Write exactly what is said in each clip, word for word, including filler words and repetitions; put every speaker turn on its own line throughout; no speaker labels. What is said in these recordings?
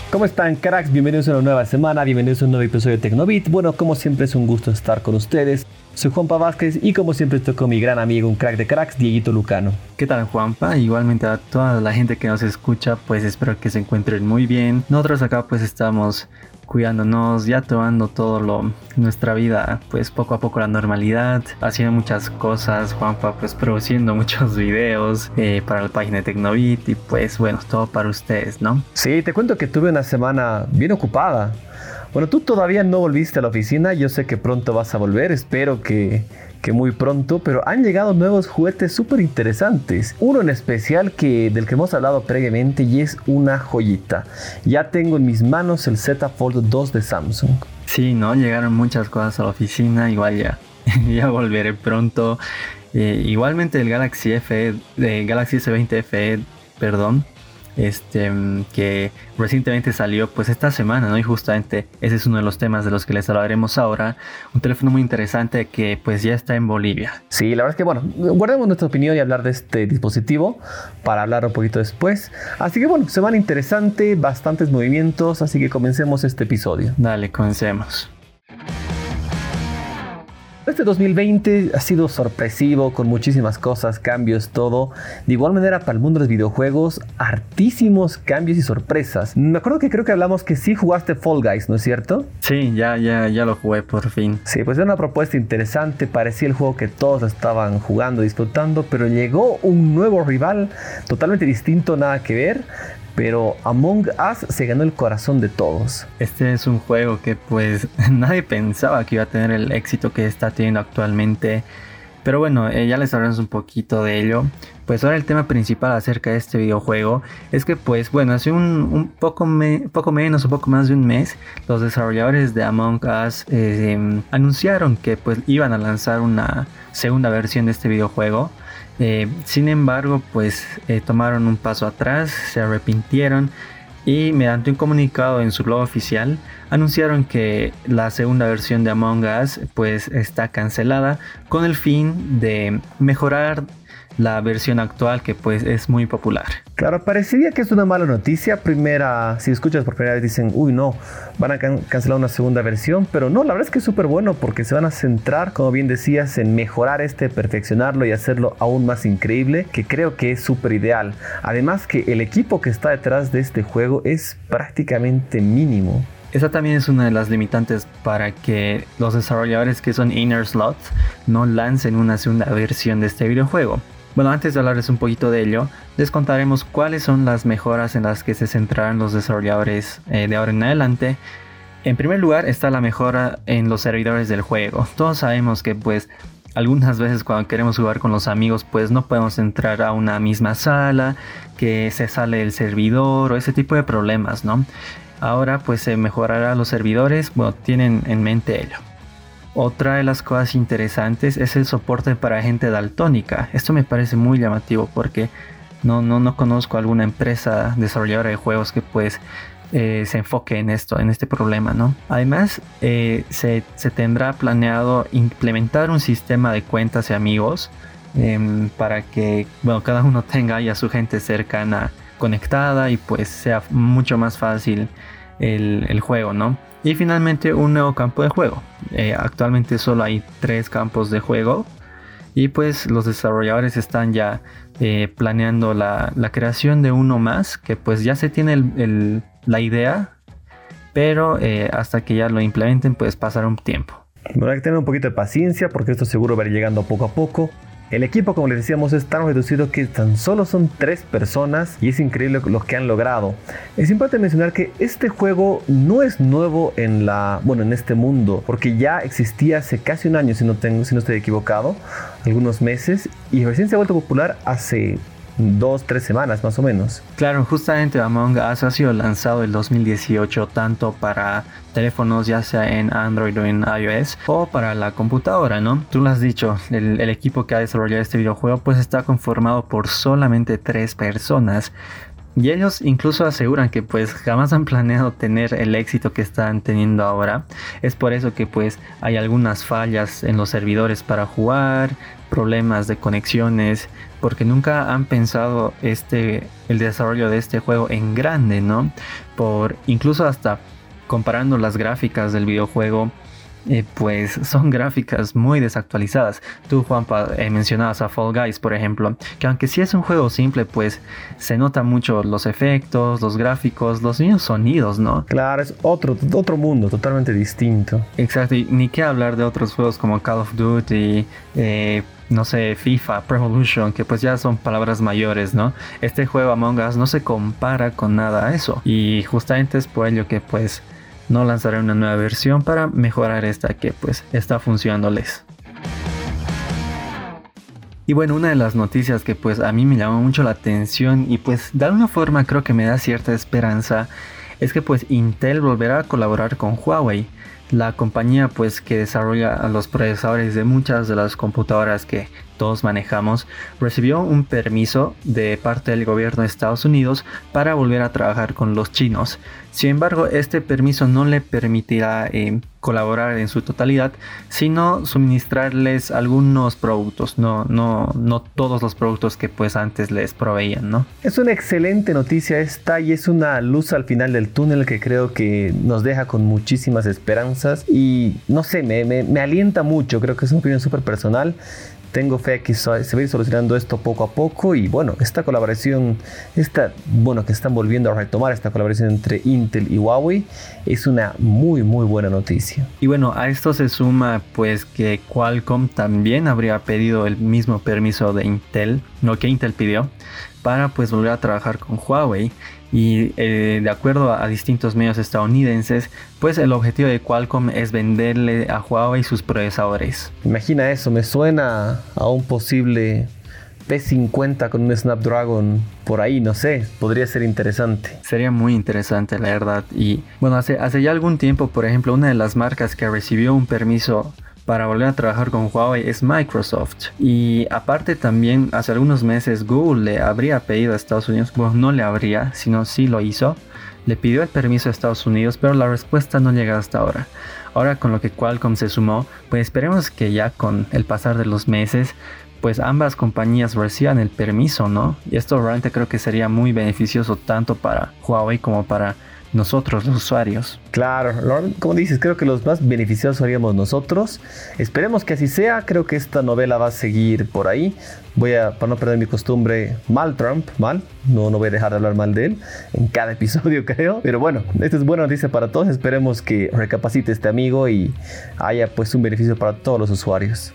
¿Cómo están, cracks? Bienvenidos a una nueva semana, bienvenidos a un nuevo episodio de Tecnobit. Bueno, como siempre es un gusto estar con ustedes. Soy Juanpa Vázquez y como siempre estoy con mi gran amigo, un crack de cracks, Dieguito Lucano.
¿Qué tal, Juanpa? Igualmente a toda la gente que nos escucha, pues espero que se encuentren muy bien. Nosotros acá pues estamos cuidándonos, ya tomando todo lo nuestra vida, pues poco a poco la normalidad, haciendo muchas cosas, Juanpa, pues produciendo muchos videos eh, para la página de Tecnobit y pues bueno, todo para ustedes, ¿no?
Sí, te cuento que tuve una semana bien ocupada. Bueno, tú todavía no volviste a la oficina, yo sé que pronto vas a volver, espero que, que muy pronto, pero han llegado nuevos juguetes súper interesantes. Uno en especial que, del que hemos hablado previamente y es una joyita. Ya tengo en mis manos el Z Fold dos de Samsung.
Sí, ¿no? Llegaron muchas cosas a la oficina, igual ya, ya volveré pronto. Eh, igualmente el Galaxy F E, eh, Galaxy S veinte F E, perdón. Este, que recientemente salió pues esta semana, ¿no? Y justamente ese es uno de los temas de los que les hablaremos ahora. Un teléfono muy interesante que pues ya está en Bolivia.
Sí, la verdad es que bueno, guardemos nuestra opinión y hablar de este dispositivo para hablar un poquito después. Así que bueno, semana interesante, bastantes movimientos, así que comencemos este episodio.
Dale, comencemos.
Este dos mil veinte ha sido sorpresivo con muchísimas cosas, cambios, todo. De igual manera para el mundo de los videojuegos, hartísimos cambios y sorpresas. Me acuerdo que creo que hablamos que sí jugaste Fall Guys, ¿no es cierto?
Sí, ya, ya, ya lo jugué por fin.
Sí, pues era una propuesta interesante, parecía el juego que todos estaban jugando, disfrutando, pero llegó un nuevo rival totalmente distinto, nada que ver. Pero Among Us se ganó el corazón de todos.
Este es un juego que pues nadie pensaba que iba a tener el éxito que está teniendo actualmente. Pero bueno, eh, ya les hablamos un poquito de ello. Pues ahora el tema principal acerca de este videojuego es que pues bueno, hace un, un poco, me, poco menos o poco más de un mes, los desarrolladores de Among Us eh, eh, anunciaron que pues iban a lanzar una segunda versión de este videojuego. Eh, sin embargo, pues eh, tomaron un paso atrás, se arrepintieron y mediante un comunicado en su blog oficial anunciaron que la segunda versión de Among Us pues está cancelada con el fin de mejorar la versión actual que pues es muy popular.
Claro, parecería que es una mala noticia. Primera, si escuchas por primera vez dicen, uy no, van a can- cancelar una segunda versión, pero no, la verdad es que es súper bueno porque se van a centrar, como bien decías, en mejorar este, perfeccionarlo y hacerlo aún más increíble, que creo que es súper ideal. Además que el equipo que está detrás de este juego es prácticamente mínimo.
Esa también es una de las limitantes para que los desarrolladores que son Inner Slot no lancen una segunda versión de este videojuego. Bueno, antes de hablarles un poquito de ello, les contaremos cuáles son las mejoras en las que se centrarán los desarrolladores eh, de ahora en adelante. En primer lugar está la mejora en los servidores del juego. Todos sabemos que pues algunas veces cuando queremos jugar con los amigos pues no podemos entrar a una misma sala, que se sale el servidor o ese tipo de problemas, ¿no? Ahora pues se mejorará los servidores, bueno, tienen en mente ello. Otra de las cosas interesantes es el soporte para gente daltónica. Esto me parece muy llamativo porque no, no, no conozco alguna empresa desarrolladora de juegos que pues eh, se enfoque en esto, en este problema, ¿no? Además, eh, se, se tendrá planeado implementar un sistema de cuentas y amigos eh, para que bueno, cada uno tenga ya su gente cercana conectada y pues sea mucho más fácil el, el juego, ¿no? Y finalmente un nuevo campo de juego. Eh, actualmente solo hay tres campos de juego y pues los desarrolladores están ya eh, planeando la, la creación de uno más, que pues ya se tiene el, el, la idea, pero eh, hasta que ya lo implementen pues pasará un tiempo.
Bueno, hay que tener un poquito de paciencia porque esto seguro va a ir llegando poco a poco. El equipo, como les decíamos, es tan reducido que tan solo son tres personas y es increíble lo que han logrado. Es importante mencionar que este juego no es nuevo en la, bueno, en este mundo, porque ya existía hace casi un año, si no tengo, si no estoy equivocado, algunos meses, y recién se ha vuelto popular hace dos, tres semanas más o menos.
Claro, justamente Among Us ha sido lanzado el dos mil dieciocho tanto para teléfonos ya sea en Android o en iOS o para la computadora, ¿no? Tú lo has dicho, el, el equipo que ha desarrollado este videojuego pues está conformado por solamente tres personas. Y ellos incluso aseguran que pues jamás han planeado tener el éxito que están teniendo ahora. Es por eso que pues hay algunas fallas en los servidores para jugar, problemas de conexiones, porque nunca han pensado este el desarrollo de este juego en grande, ¿no? Por incluso hasta comparando las gráficas del videojuego, eh, pues son gráficas muy desactualizadas. Tú, Juanpa, eh, mencionabas a Fall Guys, por ejemplo, que aunque sí es un juego simple, pues se nota mucho los efectos, los gráficos, los mismos sonidos, ¿no?
Claro, es otro, otro mundo totalmente distinto.
Exacto, y ni qué hablar de otros juegos como Call of Duty, eh, no sé, FIFA, Pro Evolution, que pues ya son palabras mayores, ¿no? Este juego Among Us no se compara con nada a eso, y justamente es por ello que pues no lanzaré una nueva versión para mejorar esta que pues está funcionándoles. Y bueno, una de las noticias que pues a mí me llamó mucho la atención y pues de alguna forma creo que me da cierta esperanza es que pues Intel volverá a colaborar con Huawei, la compañía pues que desarrolla los procesadores de muchas de las computadoras que todos manejamos. Recibió un permiso de parte del gobierno de Estados Unidos para volver a trabajar con los chinos. Sin embargo, este permiso no le permitirá eh, colaborar en su totalidad, sino suministrarles algunos productos, no, no, no todos los productos que pues antes les proveían, ¿no?
Es una excelente noticia esta y es una luz al final del túnel que creo que nos deja con muchísimas esperanzas y no sé, me, me, me alienta mucho. Creo que es una opinión súper personal. Tengo fe que se va a ir solucionando esto poco a poco y bueno, esta colaboración, esta, bueno, que están volviendo a retomar esta colaboración entre Intel y Huawei es una muy muy buena noticia.
Y bueno, a esto se suma pues que Qualcomm también habría pedido el mismo permiso de Intel, lo que Intel pidió, para pues volver a trabajar con Huawei. Y eh, de acuerdo a, a distintos medios estadounidenses, pues el objetivo de Qualcomm es venderle a Huawei sus procesadores.
Imagina eso, me suena a un posible P cincuenta con un Snapdragon por ahí, no sé, podría ser interesante.
Sería muy interesante, la verdad. Y bueno, hace, hace ya algún tiempo, por ejemplo, una de las marcas que recibió un permiso para volver a trabajar con Huawei es Microsoft. Y aparte también hace algunos meses Google le habría pedido a Estados Unidos, bueno, no le habría, sino sí lo hizo, le pidió el permiso a Estados Unidos, pero la respuesta no llega hasta ahora. Ahora con lo que Qualcomm se sumó, pues esperemos que ya con el pasar de los meses, pues ambas compañías reciban el permiso, ¿no? Y esto realmente creo que sería muy beneficioso tanto para Huawei como para nosotros los usuarios.
Claro, como dices, creo que los más beneficiados seríamos nosotros. Esperemos que así sea. Creo que esta novela va a seguir por ahí. Voy a, para no perder mi costumbre, mal Trump, mal. No, no voy a dejar de hablar mal de él en cada episodio, creo. Pero bueno, esta es buena noticia para todos. Esperemos que recapacite este amigo y haya pues un beneficio para todos los usuarios.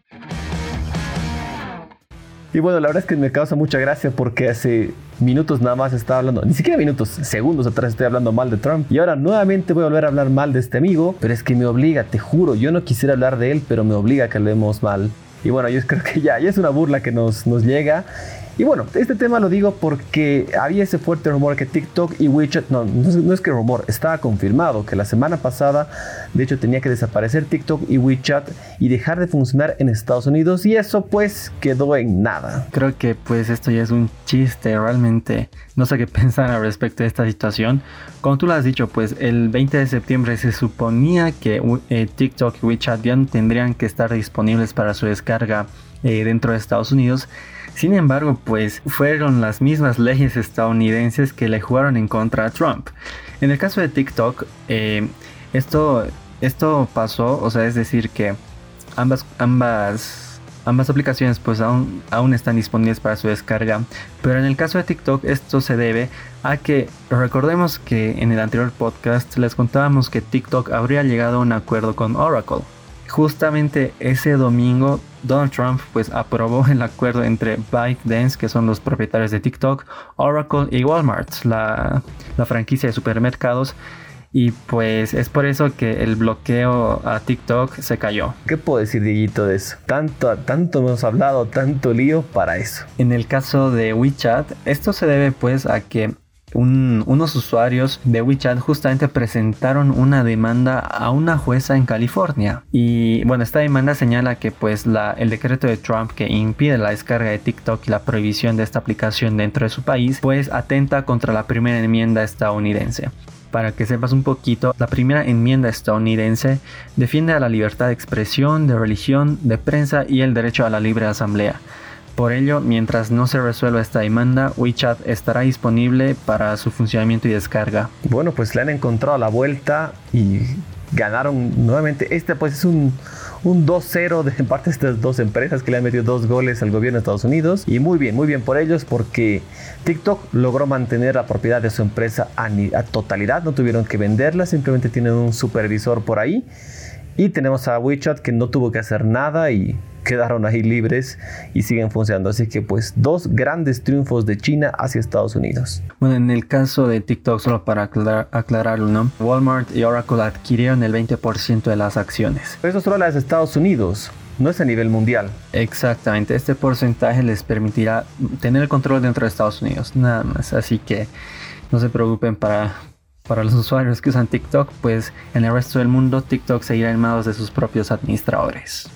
Y bueno, la verdad es que me causa mucha gracia porque hace minutos nada más estaba hablando, ni siquiera minutos, segundos atrás estoy hablando mal de Trump. Y ahora nuevamente voy a volver a hablar mal de este amigo, pero es que me obliga, te juro, yo no quisiera hablar de él, pero me obliga a que hablemos mal. Y bueno, yo creo que ya, ya es una burla que nos, nos llega. Y bueno, este tema lo digo porque había ese fuerte rumor que TikTok y WeChat, no, no es, no es que rumor, estaba confirmado que la semana pasada, de hecho, tenía que desaparecer TikTok y WeChat y dejar de funcionar en Estados Unidos, y eso pues quedó en nada.
Creo que pues esto ya es un chiste, realmente no sé qué pensar al respecto de esta situación. Como tú lo has dicho, pues el veinte de septiembre se suponía que eh, TikTok y WeChat ya no tendrían que estar disponibles para su descarga eh, dentro de Estados Unidos. Sin embargo, pues fueron las mismas leyes estadounidenses que le jugaron en contra a Trump. En el caso de TikTok, eh, esto, esto pasó, o sea, es decir que ambas, ambas, ambas aplicaciones pues aún, aún están disponibles para su descarga. Pero en el caso de TikTok esto se debe a que recordemos que en el anterior podcast les contábamos que TikTok habría llegado a un acuerdo con Oracle. Justamente ese domingo Donald Trump pues aprobó el acuerdo entre ByteDance, que son los propietarios de TikTok, Oracle y Walmart, la, la franquicia de supermercados. Y pues es por eso que el bloqueo a TikTok se cayó.
¿Qué puedo decir, Dieguito, de eso? Tanto, tanto hemos hablado, tanto lío para eso.
En el caso de WeChat, esto se debe pues a que un, unos usuarios de WeChat justamente presentaron una demanda a una jueza en California. Y bueno, esta demanda señala que pues la, el decreto de Trump que impide la descarga de TikTok y la prohibición de esta aplicación dentro de su país, pues atenta contra la primera enmienda estadounidense. Para que sepas un poquito, la primera enmienda estadounidense defiende a la libertad de expresión, de religión, de prensa y el derecho a la libre asamblea. Por ello, mientras no se resuelva esta demanda, WeChat estará disponible para su funcionamiento y descarga.
Bueno, pues le han encontrado la vuelta y ganaron nuevamente. Este pues es un, un dos cero de parte de estas dos empresas que le han metido dos goles al gobierno de Estados Unidos. Y muy bien, muy bien por ellos, porque TikTok logró mantener la propiedad de su empresa a, a totalidad. No tuvieron que venderla, simplemente tienen un supervisor por ahí. Y tenemos a WeChat que no tuvo que hacer nada y quedaron ahí libres y siguen funcionando. Así que pues dos grandes triunfos de China hacia Estados Unidos.
Bueno, en el caso de TikTok, solo para aclarar, aclararlo, ¿no? Walmart y Oracle adquirieron el veinte por ciento de las acciones.
Pero eso solo las de Estados Unidos, no es a nivel mundial.
Exactamente, este porcentaje les permitirá tener el control dentro de Estados Unidos, nada más. Así que no se preocupen para... Para los usuarios que usan TikTok, pues en el resto del mundo TikTok seguirá en manos de sus propios administradores.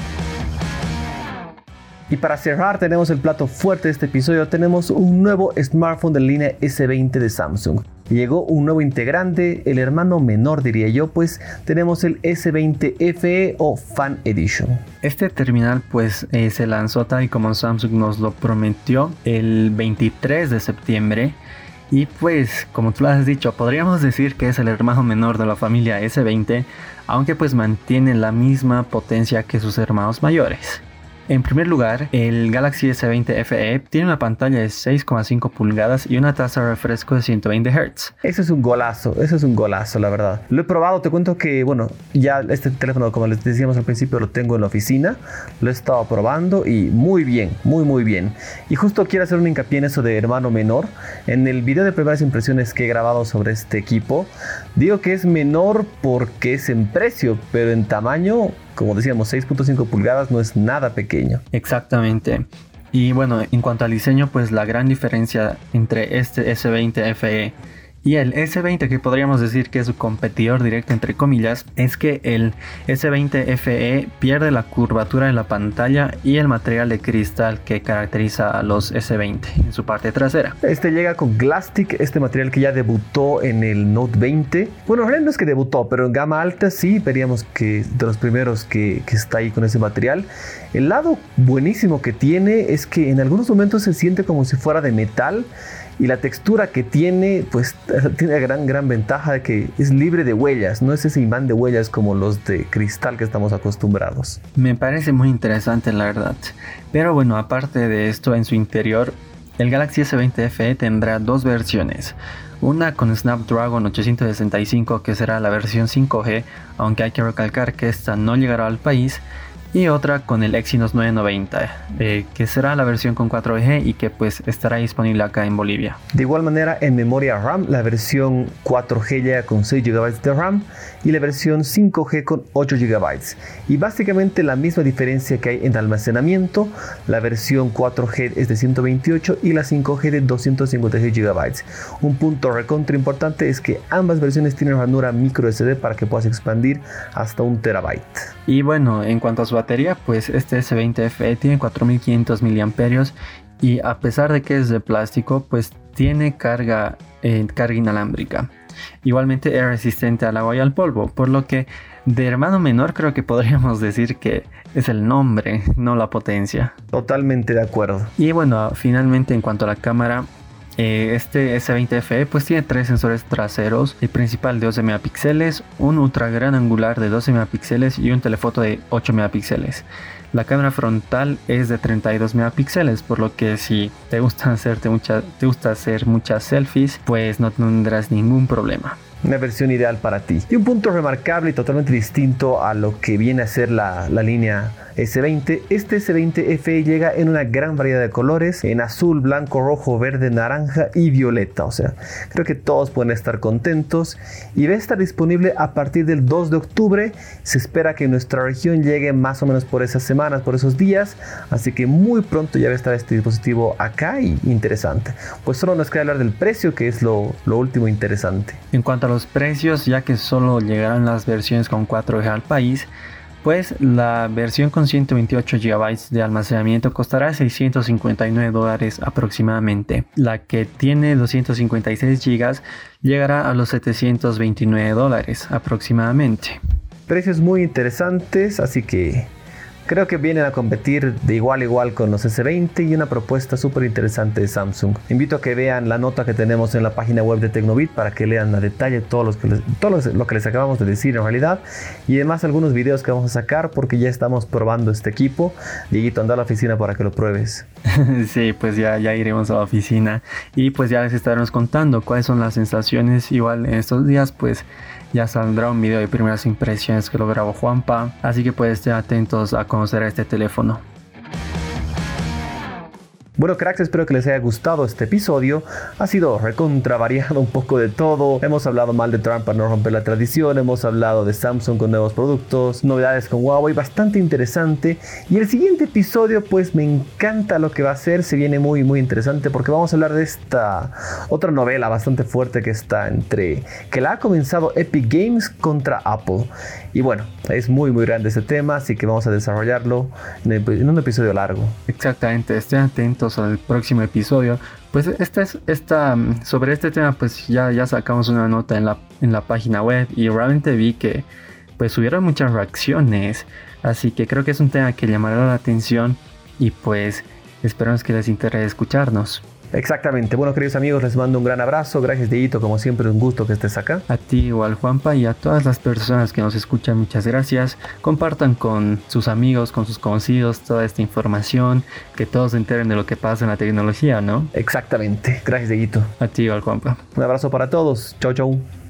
Y para cerrar tenemos el plato fuerte de este episodio. Tenemos un nuevo smartphone de la línea ese veinte de Samsung. Llegó un nuevo integrante, el hermano menor diría yo, pues tenemos el ese veinte F E o Fan Edition.
Este terminal pues eh, se lanzó tal y como Samsung nos lo prometió el veintitrés de septiembre. Y pues, como tú lo has dicho, podríamos decir que es el hermano menor de la familia ese veinte, aunque pues mantiene la misma potencia que sus hermanos mayores. En primer lugar, el Galaxy ese veinte F E tiene una pantalla de seis coma cinco pulgadas y una tasa de refresco de ciento veinte hertz.
Eso es un golazo, eso es un golazo, la verdad. Lo he probado, te cuento que, bueno, ya este teléfono, como les decíamos al principio, lo tengo en la oficina. Lo he estado probando y muy bien, muy muy bien. Y justo quiero hacer un hincapié en eso de hermano menor. En el video de primeras impresiones que he grabado sobre este equipo, digo que es menor porque es en precio, pero en tamaño, como decíamos, seis punto cinco pulgadas no es nada pequeño.
Exactamente. Y bueno, en cuanto al diseño, pues la gran diferencia entre este ese veinte F E y el ese veinte, que podríamos decir que es su competidor directo entre comillas, es que el ese veinte F E pierde la curvatura de la pantalla y el material de cristal que caracteriza a los ese veinte en su parte trasera.
Este llega con Glastick, este material que ya debutó en el Note veinte. Bueno, en realidad no es que debutó, pero en gama alta sí veríamos que de los primeros que, que está ahí con ese material. El lado buenísimo que tiene es que en algunos momentos se siente como si fuera de metal. Y la textura que tiene, pues tiene la gran, gran ventaja de que es libre de huellas. No es ese imán de huellas como los de cristal que estamos acostumbrados.
Me parece muy interesante, la verdad. Pero bueno, aparte de esto, en su interior, el Galaxy ese veinte F E tendrá dos versiones. Una con Snapdragon ochocientos sesenta y cinco, que será la versión cinco G, aunque hay que recalcar que esta no llegará al país. Y otra con el Exynos nueve noventa, eh, que será la versión con cuatro G y que pues estará disponible acá en Bolivia.
De igual manera, en memoria RAM, la versión cuatro G llega con seis gigabytes de RAM y la versión cinco G con ocho gigabytes. Y básicamente la misma diferencia que hay en almacenamiento, la versión cuatro G es de ciento veintiocho y la cinco G de doscientos cincuenta y seis gigabytes. Un punto recontra importante es que ambas versiones tienen ranura micro S D para que puedas expandir hasta un terabyte.
Y bueno, en cuanto a su batería, pues este ese veinte F E tiene cuatro mil quinientos miliamperios y a pesar de que es de plástico, pues tiene carga, eh, carga inalámbrica. Igualmente es resistente al agua y al polvo, por lo que de hermano menor creo que podríamos decir que es el nombre, no la potencia.
Totalmente de acuerdo.
Y bueno, finalmente en cuanto a la cámara, Eh, este ese veinte F E pues tiene tres sensores traseros, el principal de doce megapíxeles, un ultra gran angular de doce megapíxeles y un telefoto de ocho megapíxeles. La cámara frontal es de treinta y dos megapíxeles, por lo que si te gusta hacerte mucha, te gusta hacer muchas selfies, pues no tendrás ningún problema.
Una versión ideal para ti. Y un punto remarcable y totalmente distinto a lo que viene a ser la, la línea ese veinte. Este ese veinte F E llega en una gran variedad de colores, en azul, blanco, rojo, verde, naranja y violeta. O sea, creo que todos pueden estar contentos y va a estar disponible a partir del dos de octubre. Se espera que en nuestra región llegue más o menos por esas semanas, por esos días, así que muy pronto ya va a estar este dispositivo acá y interesante. Pues solo nos queda hablar del precio, que es lo, lo último interesante.
En cuanto a los precios, ya que solo llegarán las versiones con cuatro G al país, pues la versión con ciento veintiocho gigabytes de almacenamiento costará seiscientos cincuenta y nueve dólares aproximadamente. La que tiene doscientos cincuenta y seis gigas llegará a los setecientos veintinueve dólares aproximadamente.
Precios muy interesantes, así que creo que vienen a competir de igual a igual con los ese veinte y una propuesta súper interesante de Samsung. Invito a que vean la nota que tenemos en la página web de Tecnobit para que lean a detalle todo, los que les, todo los, lo que les acabamos de decir en realidad, y además algunos videos que vamos a sacar porque ya estamos probando este equipo. Dieguito, anda a la oficina para que lo pruebes.
Sí, pues ya, ya iremos a la oficina y pues ya les estaremos contando cuáles son las sensaciones. Igual en estos días pues ya saldrá un video de primeras impresiones que lo grabó Juanpa, así que pues estén atentos a conocer a este teléfono.
Bueno, cracks, espero que les haya gustado este episodio. Ha sido recontra variado, un poco de todo. Hemos hablado mal de Trump para no romper la tradición. Hemos hablado de Samsung con nuevos productos, novedades con Huawei, bastante interesante. Y el siguiente episodio, pues me encanta lo que va a ser. Se viene muy, muy interesante porque vamos a hablar de esta otra novela bastante fuerte que está entre, que la ha comenzado Epic Games contra Apple. Y bueno, es muy, muy grande este tema, así que vamos a desarrollarlo en, el, en un episodio largo.
Exactamente, estén atentos al próximo episodio. Pues esta es, esta, sobre este tema pues ya, ya sacamos una nota en la, en la página web y realmente vi que pues hubieron muchas reacciones, así que creo que es un tema que llamará la atención y pues esperamos que les interese escucharnos.
Exactamente. Bueno, queridos amigos, les mando un gran abrazo. Gracias, Dieguito, como siempre, un gusto que estés acá.
A ti igual, Juanpa, y a todas las personas que nos escuchan, muchas gracias. Compartan con sus amigos, con sus conocidos toda esta información, que todos se enteren de lo que pasa en la tecnología, ¿no?
Exactamente. Gracias, Dieguito.
A ti igual, Juanpa.
Un abrazo para todos. Chau, chau.